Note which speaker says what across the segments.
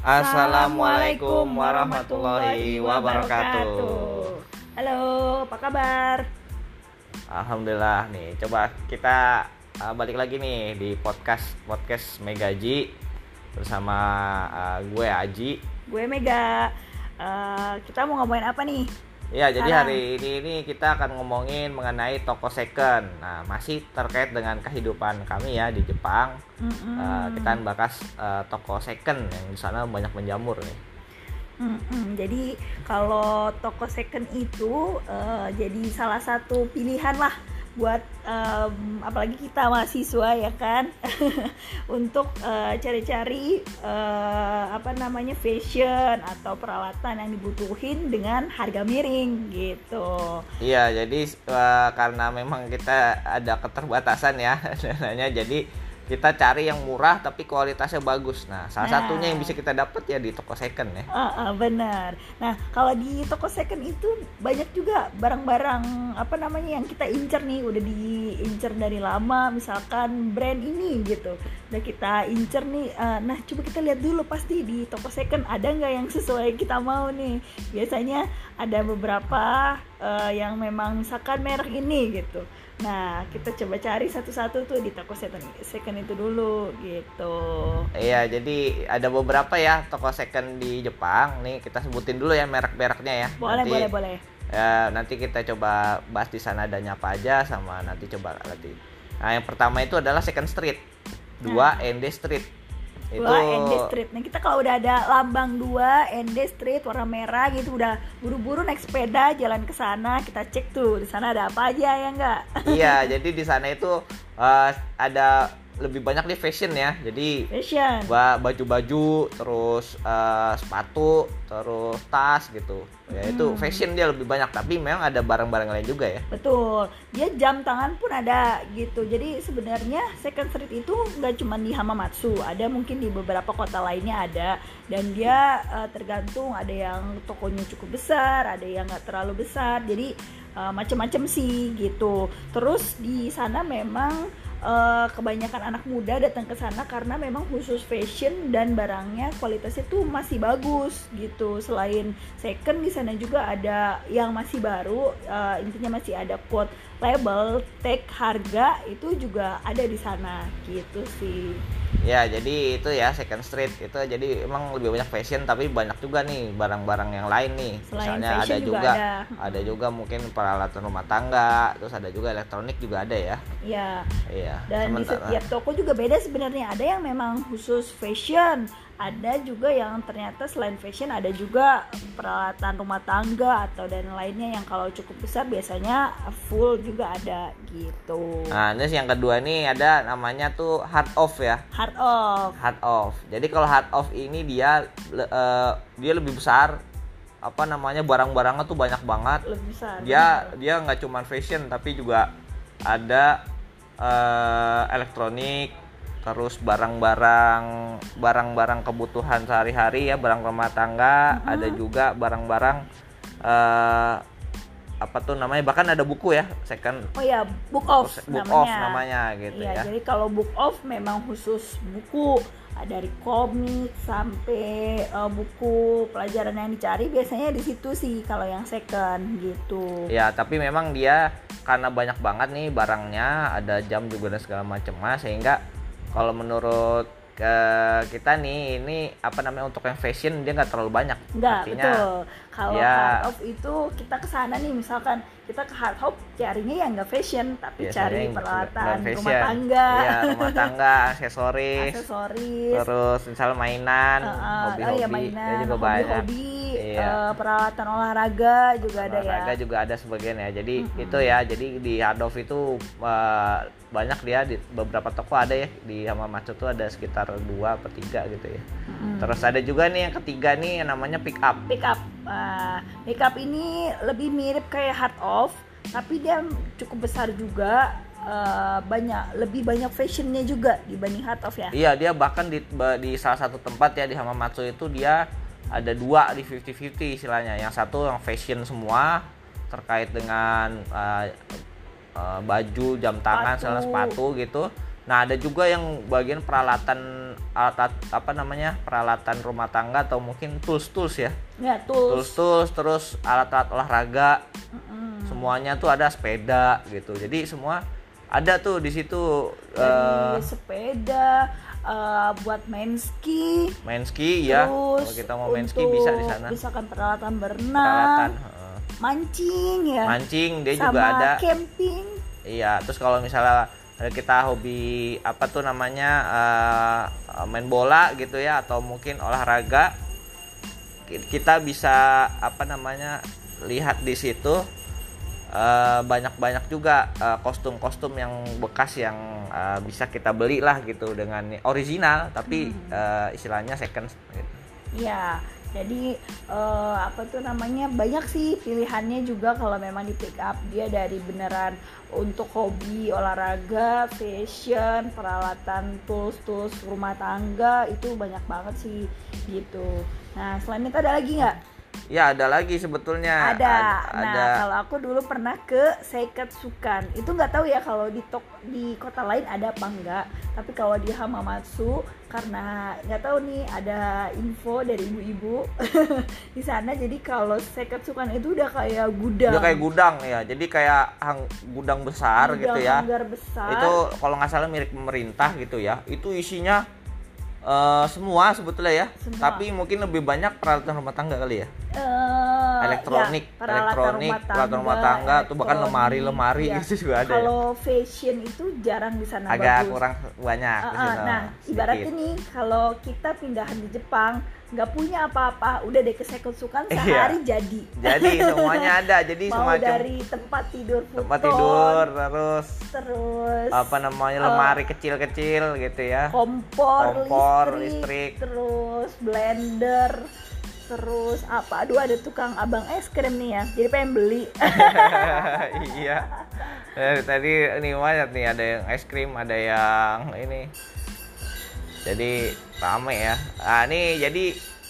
Speaker 1: Assalamualaikum warahmatullahi wabarakatuh.
Speaker 2: Halo, apa kabar?
Speaker 1: Alhamdulillah nih, coba kita balik lagi nih di podcast Megaji bersama gue Aji.
Speaker 2: Gue Mega. Kita mau ngomongin apa nih?
Speaker 1: Ya, jadi
Speaker 2: Sekarang?
Speaker 1: hari ini kita akan ngomongin mengenai toko second. Nah, masih terkait dengan kehidupan kami ya di Jepang. Kita akan bahas toko second yang di sana banyak menjamur nih.
Speaker 2: Jadi kalau toko second itu jadi salah satu pilihan lah buat apalagi kita mahasiswa ya kan untuk cari-cari fashion atau peralatan yang dibutuhin dengan harga miring gitu.
Speaker 1: Iya, jadi karena memang kita ada keterbatasan ya dananya, jadi kita cari yang murah tapi kualitasnya bagus. Nah, salah satunya yang bisa kita dapat ya di toko second ya.
Speaker 2: Benar. Nah, kalau di toko second itu banyak juga barang-barang yang kita incer nih, udah diincer dari lama, misalkan brand ini gitu. Udah kita incer nih. Nah, coba kita lihat dulu pasti di toko second ada nggak yang sesuai kita mau nih. Biasanya ada beberapa yang memang misalkan merek ini gitu. Nah, kita coba cari satu-satu tuh di toko second itu dulu gitu.
Speaker 1: Iya, jadi ada beberapa ya toko second di Jepang. Nih kita sebutin dulu ya merek-mereknya ya.
Speaker 2: Boleh.
Speaker 1: Ya, nanti kita coba bahas di sana adanya apa aja sama nanti coba nanti. Nah, yang pertama itu adalah Second Street. 2 ND Street. Itu
Speaker 2: 2 ND Street. Nah, kita kalau udah ada lambang 2 ND Street warna merah gitu, udah buru-buru naik sepeda jalan ke sana, kita cek tuh di sana ada apa aja ya enggak?
Speaker 1: Iya, jadi di sana itu ada lebih banyak di fashion ya. Jadi
Speaker 2: Fashion.
Speaker 1: baju-baju, terus sepatu, terus tas gitu. Ya itu fashion dia lebih banyak, tapi memang ada barang-barang lain juga ya.
Speaker 2: Betul, dia jam tangan pun ada gitu. Jadi sebenarnya Second Street itu nggak cuma di Hamamatsu, ada mungkin di beberapa kota lainnya ada. Dan dia tergantung, ada yang tokonya cukup besar, ada yang nggak terlalu besar. Jadi macam-macam sih gitu. Terus di sana memang kebanyakan anak muda datang ke sana karena memang khusus fashion dan barangnya kualitasnya tuh masih bagus gitu. Selain second di sana juga ada yang masih baru, intinya masih ada quote label, tag harga itu juga ada di sana gitu sih.
Speaker 1: Ya, jadi itu ya Second Street itu jadi emang lebih banyak fashion tapi banyak juga nih barang-barang yang lain nih.
Speaker 2: Selain
Speaker 1: Misalnya
Speaker 2: fashion
Speaker 1: ada
Speaker 2: juga
Speaker 1: ada juga mungkin peralatan rumah tangga, terus ada juga elektronik juga ada ya.
Speaker 2: Iya.
Speaker 1: Iya.
Speaker 2: Dan di setiap toko juga beda sebenarnya. Ada yang memang khusus fashion, ada juga yang ternyata selain fashion ada juga peralatan rumah tangga atau dan lainnya yang kalau cukup besar biasanya full juga ada gitu.
Speaker 1: Nah, terus yang kedua nih ada namanya tuh Heart Of ya.
Speaker 2: Heart of.
Speaker 1: Heart Of. Jadi kalau Heart Of ini dia lebih besar, barang-barangnya tuh banyak banget.
Speaker 2: Lebih besar.
Speaker 1: Dia nggak cuma fashion tapi juga ada elektronik, terus barang-barang kebutuhan sehari-hari ya, barang rumah tangga, ada juga barang-barang bahkan ada buku ya second.
Speaker 2: Oh ya, book off
Speaker 1: namanya gitu ya.
Speaker 2: Jadi kalau book off memang khusus buku, dari komik sampai buku pelajaran yang dicari biasanya di situ sih kalau yang second gitu.
Speaker 1: Ya, tapi memang dia karena banyak banget nih barangnya, ada jam juga dan segala macam sehingga kalau menurut kita nih ini untuk yang fashion dia nggak terlalu banyak.
Speaker 2: Enggak, betul. Kalau
Speaker 1: ya,
Speaker 2: Heart of itu kita kesana nih, misalkan kita ke Heart of carinya yang nggak fashion tapi cari peralatan rumah tangga.
Speaker 1: Iya, rumah tangga, aksesoris. Terus misalnya mainan, hobi-hobi,
Speaker 2: mainan,
Speaker 1: juga banyak.
Speaker 2: Peralatan olahraga juga ada ya.
Speaker 1: Olahraga juga ada sebagian ya. Jadi itu ya. Jadi di Heart of itu banyak dia di beberapa toko ada ya, di Hamamatsu tuh ada sekitar 2 atau 3 gitu ya. Terus ada juga nih yang ketiga nih yang namanya Pick Up ini lebih mirip kayak Heart of tapi dia cukup besar juga, lebih banyak fashionnya juga dibanding Heart of ya. Iya, dia bahkan di salah satu tempat ya di Hamamatsu itu dia ada 2 di 50-50 istilahnya. Yang satu yang fashion semua terkait dengan baju, jam tangan, sepatu gitu.
Speaker 3: Nah, ada juga yang bagian peralatan alat peralatan rumah tangga atau mungkin tools ya.
Speaker 2: Ya, tools.
Speaker 3: Terus alat-alat olahraga. Semuanya tuh ada, sepeda gitu. Jadi semua ada tuh di situ.
Speaker 2: Dari sepeda buat main ski
Speaker 3: ya. Kalau kita mau main ski bisa di sana.
Speaker 2: Misalkan peralatan berenang, mancing
Speaker 3: dia
Speaker 2: sama
Speaker 3: juga ada.
Speaker 2: Camping.
Speaker 3: Iya, terus kalau misalnya kita hobi main bola gitu ya, atau mungkin olahraga, kita bisa lihat di situ banyak juga kostum-kostum yang bekas yang bisa kita beli lah gitu, dengan original tapi istilahnya second gitu.
Speaker 2: Iya. Jadi banyak sih pilihannya juga kalau memang di pick up. Dia dari beneran untuk hobi, olahraga, fashion, peralatan, tools rumah tangga, itu banyak banget sih gitu. Nah, selain itu ada lagi nggak?
Speaker 3: Ya, ada lagi sebetulnya.
Speaker 2: Ada. Kalau aku dulu pernah ke Seikatsukan. Itu nggak tahu ya kalau di kota lain ada apa enggak. Tapi kalau di Hamamatsu, karena nggak tahu nih, ada info dari ibu-ibu di sana. Jadi kalau Seikatsukan itu udah kayak gudang.
Speaker 3: Udah kayak gudang ya. Jadi kayak gudang besar gitu ya.
Speaker 2: Hanggar besar.
Speaker 3: Itu kalau nggak salah milik pemerintah gitu ya. Itu isinya semua sebetulnya ya. Tapi mungkin lebih banyak peralatan rumah tangga kali ya. Elektronik, peralatan rumah tangga tuh, bahkan lemari
Speaker 2: ya.
Speaker 3: Itu juga ada.
Speaker 2: Kalau fashion itu jarang di sana,
Speaker 3: agak
Speaker 2: bagus.
Speaker 3: Kurang banyak.
Speaker 2: Nah, ibaratnya nih kalau kita pindahan di Jepang, nggak punya apa-apa, udah deh ke Seikatsukan sehari jadi
Speaker 3: semuanya ada. Jadi
Speaker 2: mau
Speaker 3: semacam
Speaker 2: dari tempat tidur, terus
Speaker 3: lemari kecil-kecil gitu ya,
Speaker 2: kompor
Speaker 3: listrik,
Speaker 2: terus blender, terus ada tukang abang es krim nih ya, jadi pengen beli.
Speaker 3: Iya. Tadi ini banyak nih, ada yang es krim, ada yang ini. Jadi rame ya. Nih jadi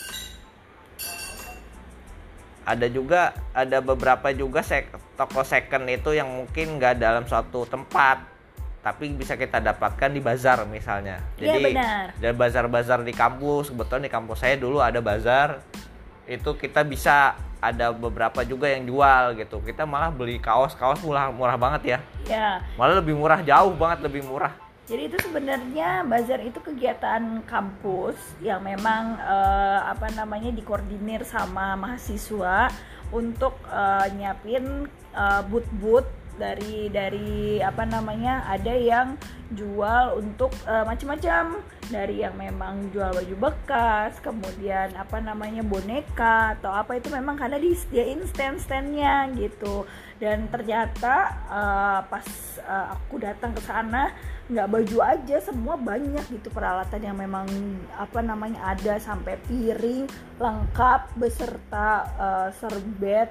Speaker 3: ada beberapa juga toko second itu yang mungkin nggak dalam suatu tempat, tapi bisa kita dapatkan di bazar misalnya. Jadi ada bazar-bazar di kampus. Kebetulan di kampus saya dulu ada bazar. Itu kita bisa, ada beberapa juga yang jual gitu. Kita malah beli kaos murah banget ya. Malah lebih murah, jauh banget lebih murah.
Speaker 2: Jadi itu sebenarnya bazar itu kegiatan kampus yang memang dikoordinir sama mahasiswa untuk nyiapin booth dari ada yang jual untuk macam-macam, dari yang memang jual baju bekas, kemudian boneka atau apa, itu memang karena disediain stand-standnya gitu. Dan ternyata pas aku datang ke sana, nggak baju aja, semua banyak gitu peralatan yang memang ada, sampai piring lengkap beserta serbet,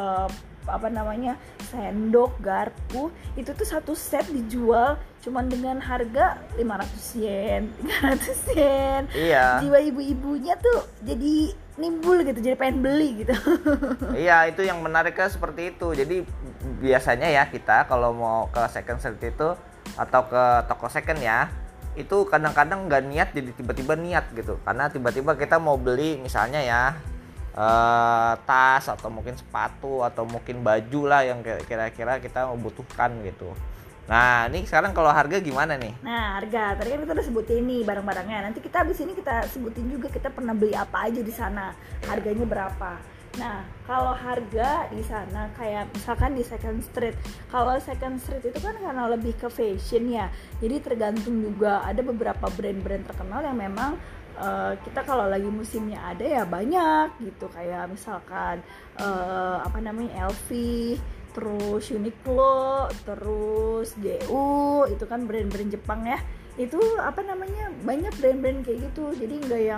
Speaker 2: sendok, garpu. Itu tuh satu set dijual cuman dengan harga 500 yen, 300 yen.
Speaker 3: Iya.
Speaker 2: Jiwa ibu-ibunya tuh jadi nimbul gitu, jadi pengen beli gitu.
Speaker 3: Iya, itu yang menariknya seperti itu. Jadi biasanya ya kita kalau mau ke second street itu atau ke toko second ya, itu kadang-kadang nggak niat, jadi tiba-tiba niat gitu. Karena tiba-tiba kita mau beli misalnya ya tas atau mungkin sepatu atau mungkin baju lah yang kira-kira kita membutuhkan gitu. Nah, ini sekarang kalau harga gimana nih?
Speaker 2: Nah, harga tadi kan kita udah sebutin nih barang-barangnya. Nanti kita abis ini kita sebutin juga kita pernah beli apa aja di sana, harganya berapa. Nah, kalau harga di sana kayak misalkan di Second Street. Kalau Second Street itu kan karena lebih ke fashion ya. Jadi tergantung juga, ada beberapa brand-brand terkenal yang memang kita kalau lagi musimnya ada ya banyak gitu. Kayak misalkan LV, terus Uniqlo, terus GU, itu kan brand-brand Jepang ya. Itu banyak brand-brand kayak gitu. Jadi nggak yang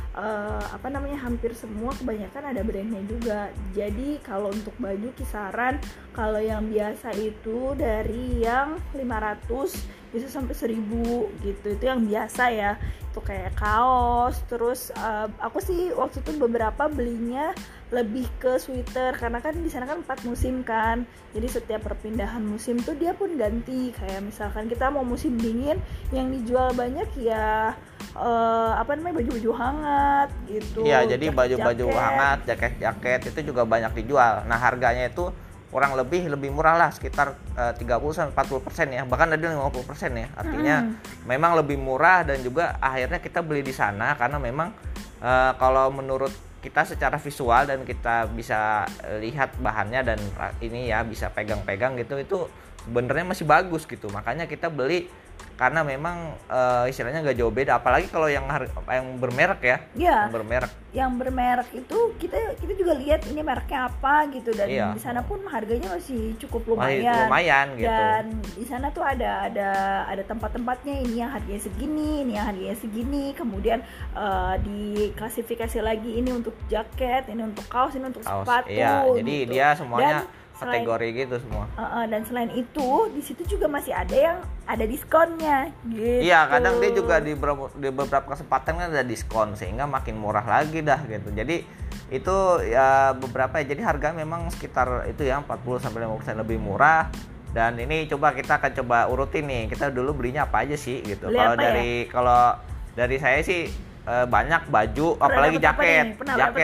Speaker 2: hampir semua kebanyakan ada brandnya juga. Jadi kalau untuk baju kisaran, kalau yang biasa itu dari yang 500 bisa sampai 1000 gitu, itu yang biasa ya. Itu kayak kaos. Terus aku sih waktu itu beberapa belinya lebih ke sweater, karena kan di sana kan 4 musim kan, jadi setiap perpindahan musim tuh dia pun ganti. Kayak misalkan kita mau musim dingin, yang dijual banyak ya baju-baju hangat gitu.
Speaker 3: Iya, jadi baju-baju hangat, jaket-jaket itu juga banyak dijual. Nah, harganya itu kurang lebih murah lah, sekitar 30-40% ya, bahkan ada 50% ya. Artinya memang lebih murah, dan juga akhirnya kita beli di sana karena memang kalau menurut kita secara visual dan kita bisa lihat bahannya dan ini ya bisa pegang-pegang gitu, itu sebenarnya masih bagus gitu. Makanya kita beli karena memang istilahnya nggak jauh beda, apalagi kalau yang bermerek ya.
Speaker 2: Iya.
Speaker 3: Yang bermerek
Speaker 2: itu kita juga lihat ini mereknya apa gitu, dan iya, di sana pun harganya masih cukup lumayan gitu. Dan di sana tuh ada tempat-tempatnya, ini yang harganya segini, ini yang harganya segini, kemudian diklasifikasi lagi, ini untuk jaket, ini untuk kaos, ini untuk sepatu.
Speaker 3: Iya, jadi gitu. Dia semuanya kategori gitu semua.
Speaker 2: Dan selain itu di situ juga masih ada yang ada diskonnya gitu.
Speaker 3: Iya, kadang dia juga di beberapa kesempatan kan ada diskon sehingga makin murah lagi dah gitu. Jadi itu ya beberapa ya, jadi harga memang sekitar itu ya 40-50% lebih murah. Dan ini kita akan coba urutin nih. Kita dulu belinya apa aja sih gitu. Kalau dari saya sih banyak baju, apalagi jaket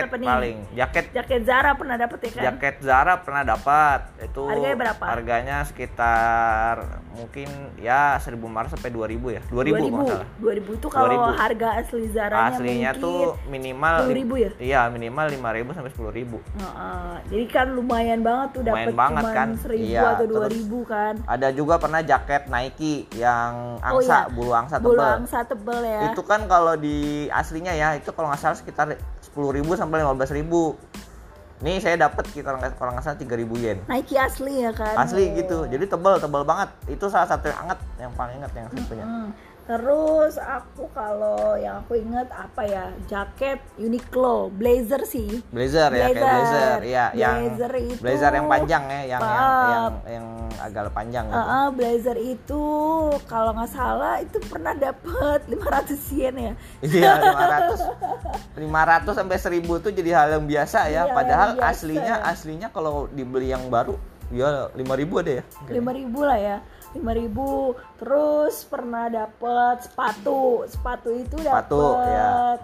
Speaker 2: Zara pernah dapat ya kan?
Speaker 3: Jaket Zara pernah dapat. Itu
Speaker 2: harganya berapa?
Speaker 3: Harganya sekitar mungkin ya 1.500 sampai 2.000 ya. 2.000 masalah.
Speaker 2: 2.000 itu kalau harga asli Zaranya
Speaker 3: aslinya
Speaker 2: mungkin
Speaker 3: tuh minimal
Speaker 2: 10.000 ya?
Speaker 3: Iya, minimal 5.000 sampai 10.000.
Speaker 2: Jadi kan lumayan banget tuh, dapat cuma
Speaker 3: kan?
Speaker 2: 1.000 atau 2.000 kan.
Speaker 3: Ada juga pernah jaket Nike yang angsa, bulu angsa tebal.
Speaker 2: Bulu angsa tebal ya.
Speaker 3: Itu kan kalau di aslinya ya, itu kalau nggak salah sekitar 10.000 sampai 15.000. Nih saya dapat kalau nggak salah 3.000 yen.
Speaker 2: Nike asli ya kan?
Speaker 3: Asli gitu. Jadi tebal banget. Itu salah satu yang paling ingat yang saya punya.
Speaker 2: Terus aku kalau yang aku ingat apa ya, jaket Uniqlo, blazer sih.
Speaker 3: Blazer ya, kayak blazer. Iya,
Speaker 2: blazer itu.
Speaker 3: Blazer yang panjang ya, yang agak panjang gitu.
Speaker 2: Blazer itu kalau nggak salah itu pernah dapat 500 yen ya.
Speaker 3: Iya, 500 sampai 1.000 tuh jadi hal yang biasa ya. Padahal aslinya kalau dibeli yang baru ya 5.000 ada ya.
Speaker 2: 5.000 lah ya. 5.000. Terus pernah dapat sepatu itu dapat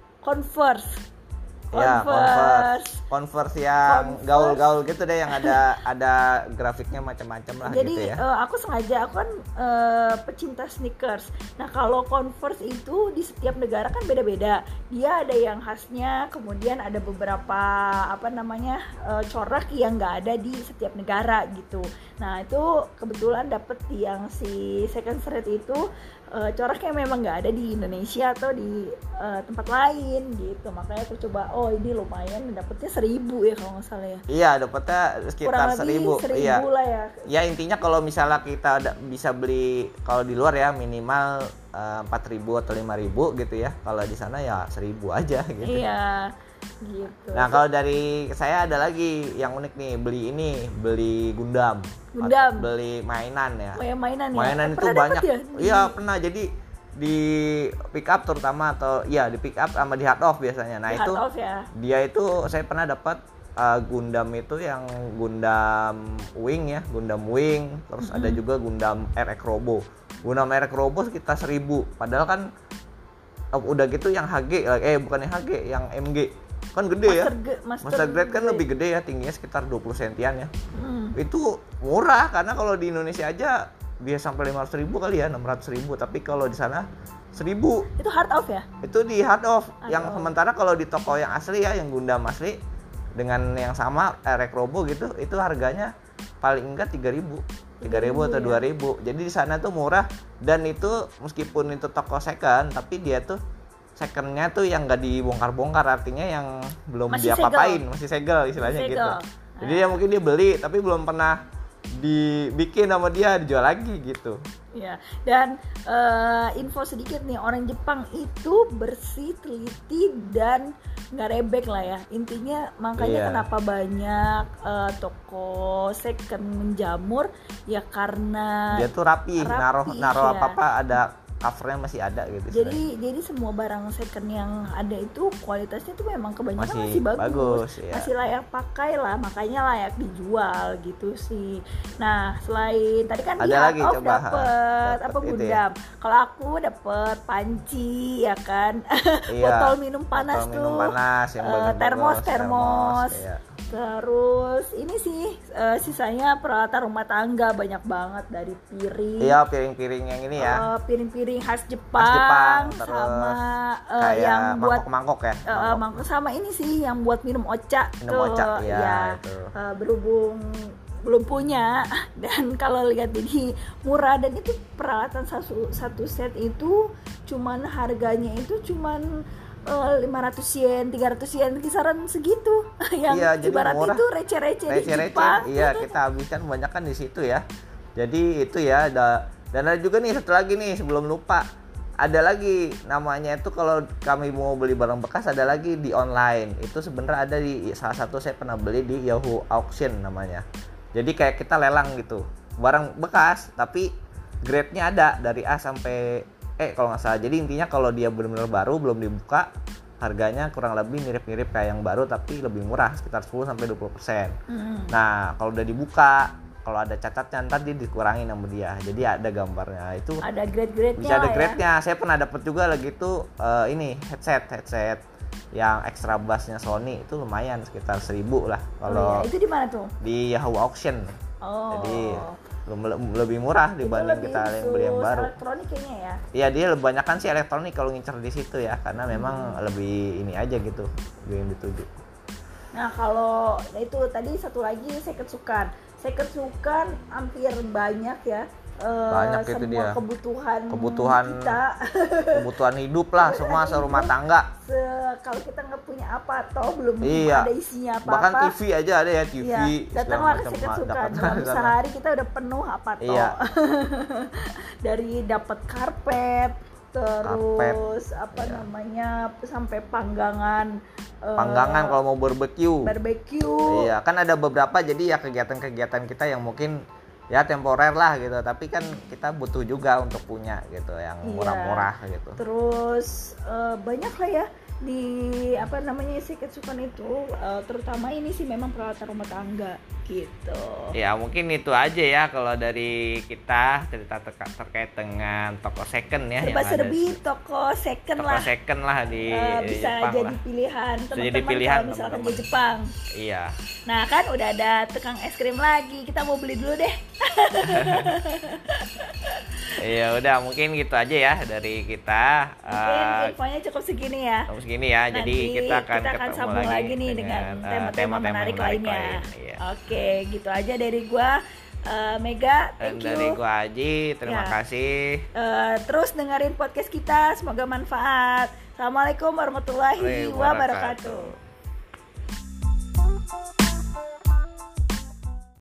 Speaker 2: Converse yang gaul-gaul gitu deh, yang ada grafiknya macam-macam lah. Jadi,
Speaker 3: gitu ya.
Speaker 2: Aku kan pecinta sneakers. Nah, kalau Converse itu di setiap negara kan beda-beda. Dia ada yang khasnya, kemudian ada beberapa corak yang nggak ada di setiap negara gitu. Nah, itu kebetulan dapet yang si Second Street itu coraknya memang nggak ada di Indonesia atau di tempat lain gitu. Makanya aku coba, ini lumayan, dapetnya 1.000 ya kalau nggak salah ya.
Speaker 3: Iya, dapetnya sekitar 1.000.
Speaker 2: 1.000 lah ya.
Speaker 3: Ya, intinya kalau misalnya kita bisa beli kalau di luar ya minimal 4.000 atau 5.000 gitu ya. Kalau di sana ya 1.000 aja gitu.
Speaker 2: Iya. Gitu.
Speaker 3: Nah, kalau dari saya ada lagi yang unik nih, beli Gundam. Beli mainan ya. Mainan itu banyak. Iya, pernah. Jadi di pick up terutama, atau ya di pick up sama di hard off biasanya. Nah, itu dia itu saya pernah dapat Gundam itu yang Gundam Wing ya, Gundam Wing, terus ada juga Gundam RX Robo. Gundam RX Robo sekitar 1.000. Padahal kan udah gitu yang HG, bukan yang HG, yang MG kan gede ya. Master grade kan lebih gede ya, tingginya sekitar 20 sentian ya. Itu murah, karena kalau di Indonesia aja bisa sampai 500.000 kali ya, 600.000, tapi kalau di sana 1.000.
Speaker 2: Itu hard off ya?
Speaker 3: Itu di hard off. Yang sementara kalau di toko yang asli ya, yang Gundam asli dengan yang sama RX Robo gitu, itu harganya paling enggak 3.000 atau 2.000. Jadi di sana tuh murah, dan itu meskipun itu toko second, tapi dia tuh secondnya tuh yang nggak dibongkar-bongkar, artinya yang belum dia papain, masih segel istilahnya gitu. Jadi ya mungkin dia beli tapi belum pernah dibikin sama dia, dijual lagi gitu.
Speaker 2: Ya, dan info sedikit nih, orang Jepang itu bersih, teliti, dan nggak rebek lah ya. Intinya makanya kenapa banyak toko second menjamur ya, karena
Speaker 3: dia tuh rapi naruh
Speaker 2: ya.
Speaker 3: apa ada covernya masih ada gitu.
Speaker 2: Jadi semua barang second yang ada itu kualitasnya tuh memang kebanyakan masih
Speaker 3: bagus ya.
Speaker 2: Masih layak pakai lah, makanya layak dijual gitu sih. Nah, selain tadi kan
Speaker 3: ada lagi
Speaker 2: dapet apa Gundam. Ya. Kalau aku dapet panci ya kan. Botol minum panas
Speaker 3: yang
Speaker 2: termos. Iya. Terus ini sih sisanya peralatan rumah tangga banyak banget, dari piring.
Speaker 3: Iya, piring-piring yang ini ya.
Speaker 2: Piring-piring khas Jepang
Speaker 3: sama
Speaker 2: yang buat
Speaker 3: mangkok ya.
Speaker 2: Mangkok sama ini sih yang buat minum ocha.
Speaker 3: Ya.
Speaker 2: Berhubung belum punya dan kalau lihat ini murah, dan itu peralatan satu set itu cuman harganya itu cuman 500 yen, 300 yen, kisaran segitu. Yang ibarat itu receh-receh di Jepang.
Speaker 3: Iya, kita habiskan banyak kan di situ ya. Jadi itu ya, dan ada juga nih satu lagi nih sebelum lupa. Ada lagi namanya itu, kalau kami mau beli barang bekas ada lagi di online. Itu sebenarnya ada di salah satu, saya pernah beli di Yahoo Auction namanya. Jadi kayak kita lelang gitu. Barang bekas tapi grade-nya ada dari A sampai kalau nggak salah. Jadi intinya kalau dia benar-benar baru belum dibuka, harganya kurang lebih mirip-mirip kayak yang baru tapi lebih murah, sekitar 10-20%. Nah, kalau udah dibuka, kalau ada catatan ntar dia dikurangin sama dia. Jadi ada gambarnya. Itu
Speaker 2: ada grade-grade-nya.
Speaker 3: Bisa ada grade-nya. Ya? Saya pernah dapat juga lagi tuh ini headset yang extra bassnya Sony itu lumayan, sekitar 1.000 lah. Kalau
Speaker 2: itu di mana tuh?
Speaker 3: Di Yahoo Auction. Jadi lebih murah dibanding kita yang beli yang baru.
Speaker 2: Elektronik kayaknya ya.
Speaker 3: Iya, dia kebanyakan sih elektronik kalau ngincer di situ ya, karena memang lebih ini aja gitu, lebih yang dituju.
Speaker 2: Nah, kalau itu tadi satu lagi second sukan hampir banyak ya.
Speaker 3: Banyak itu dia.
Speaker 2: Kebutuhan
Speaker 3: kita, kebutuhan hidup lah, semua serumah tangga.
Speaker 2: Kalau kita nggak punya apa atau belum
Speaker 3: ada
Speaker 2: isinya apa-apa.
Speaker 3: Bahkan TV aja ada ya, TV.
Speaker 2: Iya, datanglah ke second sukan. Dalam sehari kita udah penuh apa toh. Iya. Dari dapat karpet, terus namanya sampai panggangan
Speaker 3: kalau mau barbecue. Iya, kan ada beberapa, jadi ya kegiatan-kegiatan kita yang mungkin ya temporer lah gitu, tapi kan kita butuh juga untuk punya gitu yang murah-murah gitu.
Speaker 2: Terus banyak lah ya di second sukan itu, terutama ini sih memang peralatan rumah tangga gitu.
Speaker 3: Ya mungkin itu aja ya kalau dari kita cerita terkait dengan toko second ya.
Speaker 2: Serba-serbi toko second lah
Speaker 3: di
Speaker 2: bisa
Speaker 3: Jepang
Speaker 2: jadi
Speaker 3: lah.
Speaker 2: Pilihan teman-teman kalau misalkan di Jepang.
Speaker 3: Iya.
Speaker 2: Nah kan udah ada tukang es krim lagi, kita mau beli dulu deh.
Speaker 3: Iya udah, mungkin gitu aja ya dari kita.
Speaker 2: Mungkin infonya cukup segini ya.
Speaker 3: Nanti jadi kita akan
Speaker 2: sambung lagi nih dengan tema-tema menarik lainnya.
Speaker 3: Iya.
Speaker 2: Oke, gitu aja dari gua Mega,
Speaker 3: thank you. Dari gua Aji, terima kasih.
Speaker 2: Terus dengerin podcast kita, semoga manfaat. Assalamualaikum warahmatullahi wabarakatuh.